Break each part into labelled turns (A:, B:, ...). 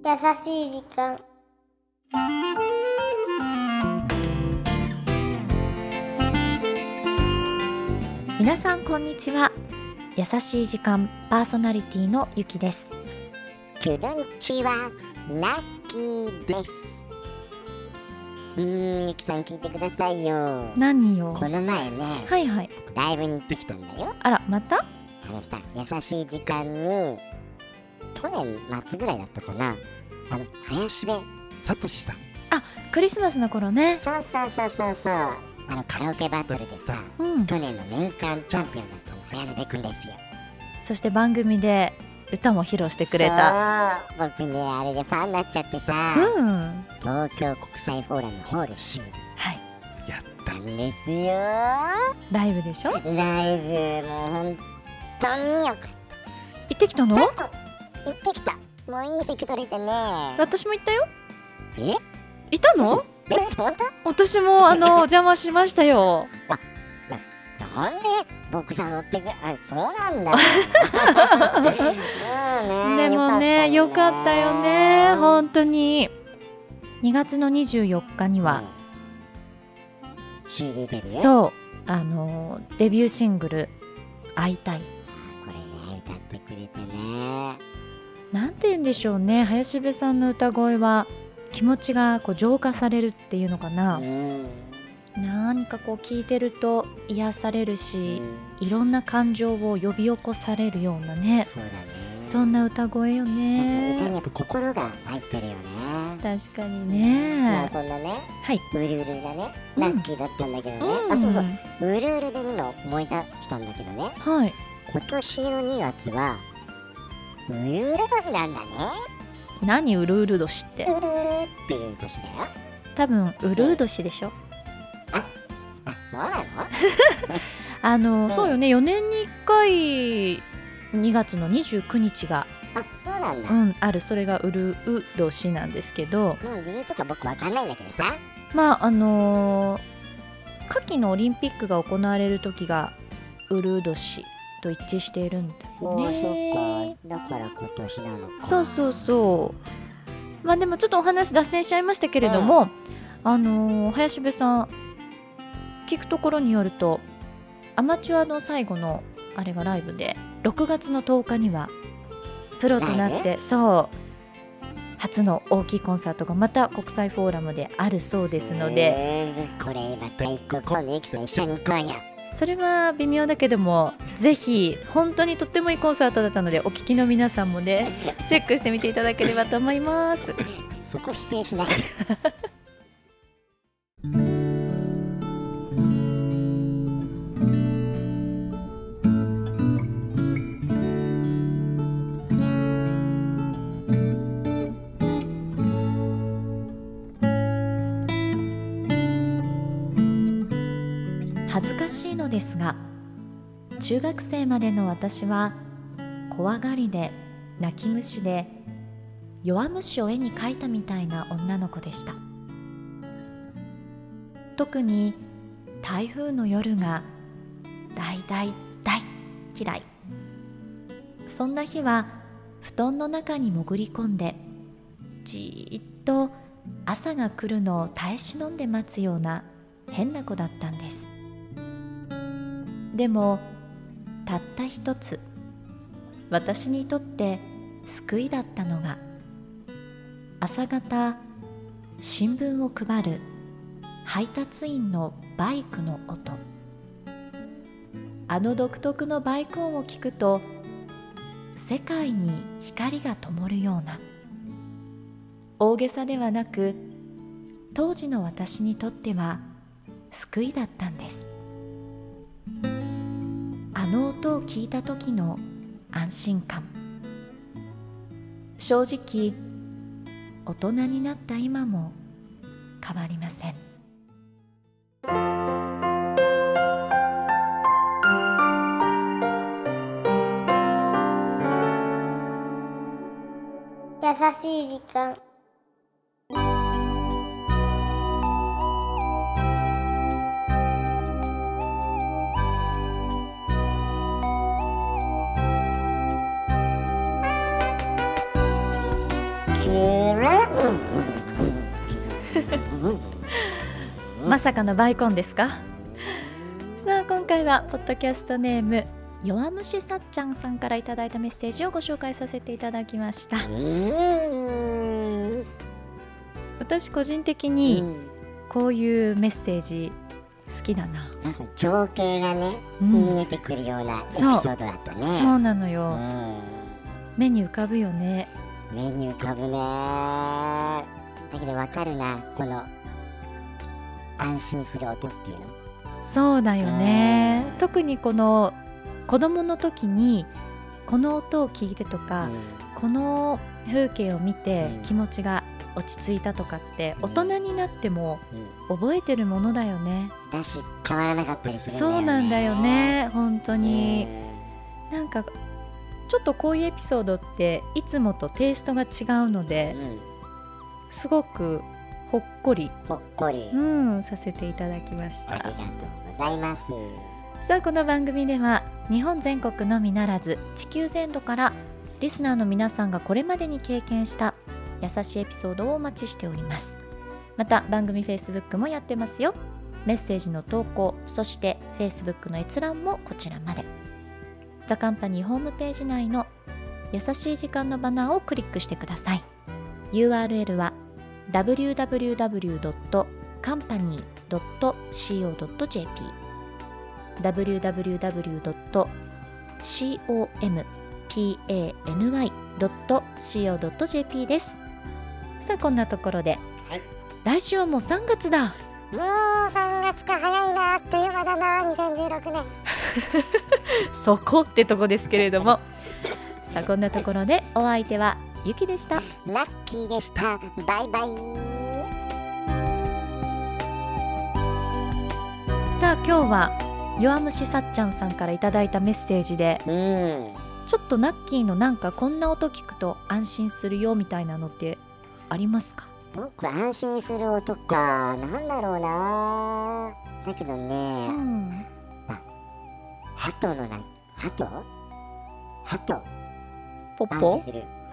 A: 優しい時間。
B: 皆さんこんにちは。優しい時間パーソナリティのゆきです。
C: クルンチはラッキーです。ゆきさん聞いてくださいよ。
B: 何よ。
C: この前ね、
B: はいはい。
C: 僕ライブに行ってきたんだよ。
B: あら、また？
C: 優しい時間に去年末ぐらいだったかな、林部聡さん。
B: あ、クリスマスの頃ね。
C: そうカラオケバトルでさ、去年の年間チャンピオンだったの林部くんですよ。
B: そして番組で歌も披露してくれた。
C: そう、僕ねあれでファンになっちゃってさ、東京国際フォーラムホール C でやったんですよ。
B: ライブでしょ。
C: ライブもう本当によかった。
B: 行ってきたの？
C: 行ってきた。もういい席取れてね。
B: 私も行ったよ。
C: い
B: たの？
C: 本当？
B: 私も邪魔しましたよ。
C: なんで僕誘ってく？そうなんだ。
B: でもね、よかったよね。本当に。2月の24日には、
C: CD デビュー？
B: そう、デビューシングル会いたい。
C: これね、歌ってくれてね。
B: なんて言うんでしょうね。林部さんの歌声は気持ちがこう浄化されるっていうのかな。何かこう聞いてると癒されるし、いろんな感情を呼び起こされるようなね。
C: そうだね。
B: そんな歌声よね。
C: 歌にやっぱ心が入ってるよね。
B: 確かにね。
C: そんなね、ウルウルがね、ラッキーだったんだけどね。そう、ウルウルで今思い出したんだけどね。今年の2月はウルウル年なんだね。
B: 何ウルウル年って？
C: ウルウルっていう年だよ。
B: 多分ウルウ年でしょ。
C: そうな
B: の？そうよね。4年に1回2月の29日が
C: そうなんだ。
B: ある。それがウルウ年なんですけど、
C: 理由とか僕わかんないんだけどさ、
B: 夏季のオリンピックが行われる時がウルウ年と一致しているんだよね。
C: そっか、だから今年なのか。
B: そう。でもちょっとお話脱線しちゃいましたけれども、林部さん聞くところによると、アマチュアの最後のあれがライブで6月の10日にはプロとなって、初の大きいコンサートがまた国際フォーラムであるそうですので、
C: これまた行こう。今度ゆきさん一緒に行こうよ。
B: それは微妙だけども、ぜひ本当にとってもいいコンサートだったので、お聞きの皆さんもねチェックしてみていただければと思います。
C: そこ否定しない。
B: 恥ずかしいのですが、中学生までの私は怖がりで泣き虫で弱虫を絵に描いたみたいな女の子でした。特に台風の夜が大嫌い。そんな日は布団の中に潜り込んでじーっと朝が来るのを耐え忍んで待つような変な子だったんです。でもたった一つ私にとって救いだったのが、朝方新聞を配る配達員のバイクの音。独特のバイク音を聞くと世界に光が灯るような、大げさではなく当時の私にとっては救いだったんです。音を聞いた時の安心感、正直大人になった今も変わりません。
A: 優しい時間。
C: キュ
B: さかのバイコンですか。さあ今回はポッドキャストネーム弱虫さっちゃんさんからいただいたメッセージをご紹介させていただきました。私個人的にこういうメッセージ好きだな。
C: なんか情景がね、見えてくるようなエピソードだったね。
B: そうなのよ、目に浮かぶよね。
C: 目に浮かぶね。だけどわかるな、この安心する音っていうの。
B: そうだよね。特にこの子供の時にこの音を聞いてとか、この風景を見て気持ちが落ち着いたとかって大人になっても覚えてるものだよね。
C: だし変わらなかったりするんだよね。
B: そうなんだよね、本当に。なんかちょっとこういうエピソードっていつもとテイストが違うので、すごくほっこりさせていただきました。
C: ありがとうございます。
B: さあこの番組では日本全国のみならず地球全土からリスナーの皆さんがこれまでに経験した優しいエピソードをお待ちしております。また番組 Facebook もやってますよ。メッセージの投稿、そして Facebook の閲覧もこちらまで。ザカンパニーホームページ内の優しい時間のバナーをクリックしてください。 URL は www.company.co.jp www.company.co.jp です。さあこんなところで、来週はもう3月だ。
C: もう3月か、早いな、あっという間だな、2016年
B: そこってとこですけれどもさあこんなところでお相手はゆきでした。
C: ラッキーでした。バイバイ。
B: さあ今日は弱虫さっちゃんさんからいただいたメッセージで、ちょっとナッキーのなんかこんな音聞くと安心するよみたいなのってありますか？
C: 僕安心する音か、なんだろうな。だけどね、鳩のな、鳩
B: ポッポ、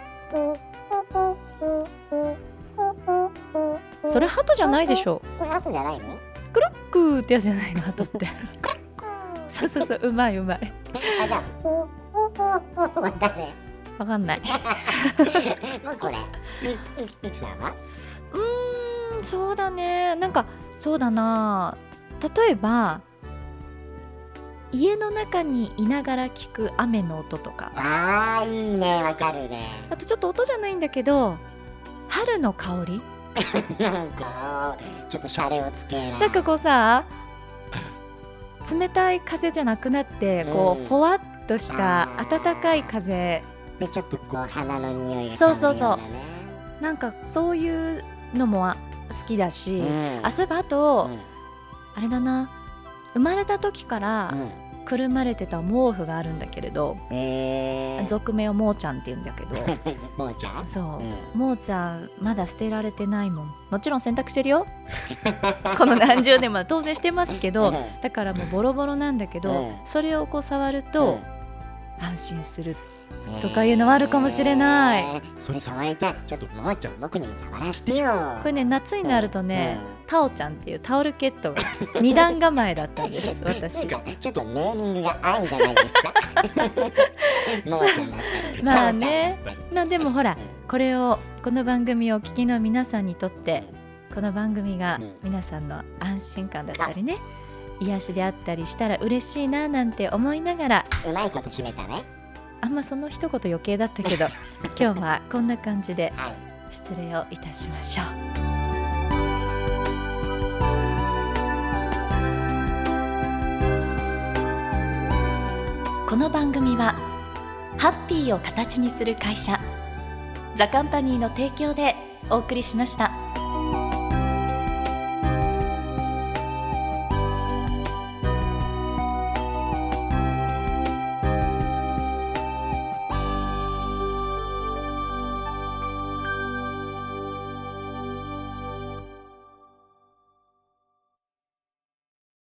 B: それ鳩じゃないでしょ。
C: これ鳩じゃないの？
B: クロックーってやつじゃないの、鳩ってそうそうそう、うまいうまい。
C: あ、じゃあ誰？
B: わかんない
C: もうこれゆきさんは？
B: そうだね、なんかそうだな、例えば家の中にいながら聞く雨の音とか。
C: あー、いいね、わかるね。
B: あとちょっと音じゃないんだけど春の香り
C: なんかちょっとシャレをつけな。
B: なんかこうさ、冷たい風じゃなくなってこうほわっとした暖かい風
C: で、ちょっとこう花の匂いが
B: そうそうそう、なんかそういうのも好きだし、そういえばあと、あれだな、生まれた時からくるまれてた毛布があるんだけれど、俗名をもーちゃんって言うんだけど
C: もーちゃん、
B: そう、もーちゃんまだ捨てられてないもん。もちろん洗濯してるよこの何十年も当然してますけど、だからもうボロボロなんだけど、それをこう触ると安心するとかいうのはあるかもしれない。
C: それ触りたい。ちょっともーちゃん、僕にも触らせてよ。
B: これね、夏になるとね、タオちゃんっていうタオルケットが2段構えだったんです私。
C: ちょっとネーミングが愛じゃないですかもーちゃんだったり
B: まあね、まあでもほら、この番組をお聞きの皆さんにとってこの番組が皆さんの安心感だったりね、癒しであったりしたら嬉しいななんて思いながら。
C: うまいこと締めたね。
B: あんまその一言余計だったけど今日はこんな感じで失礼をいたしましょう。この番組はハッピーを形にする会社ザカンパニーの提供でお送りしました。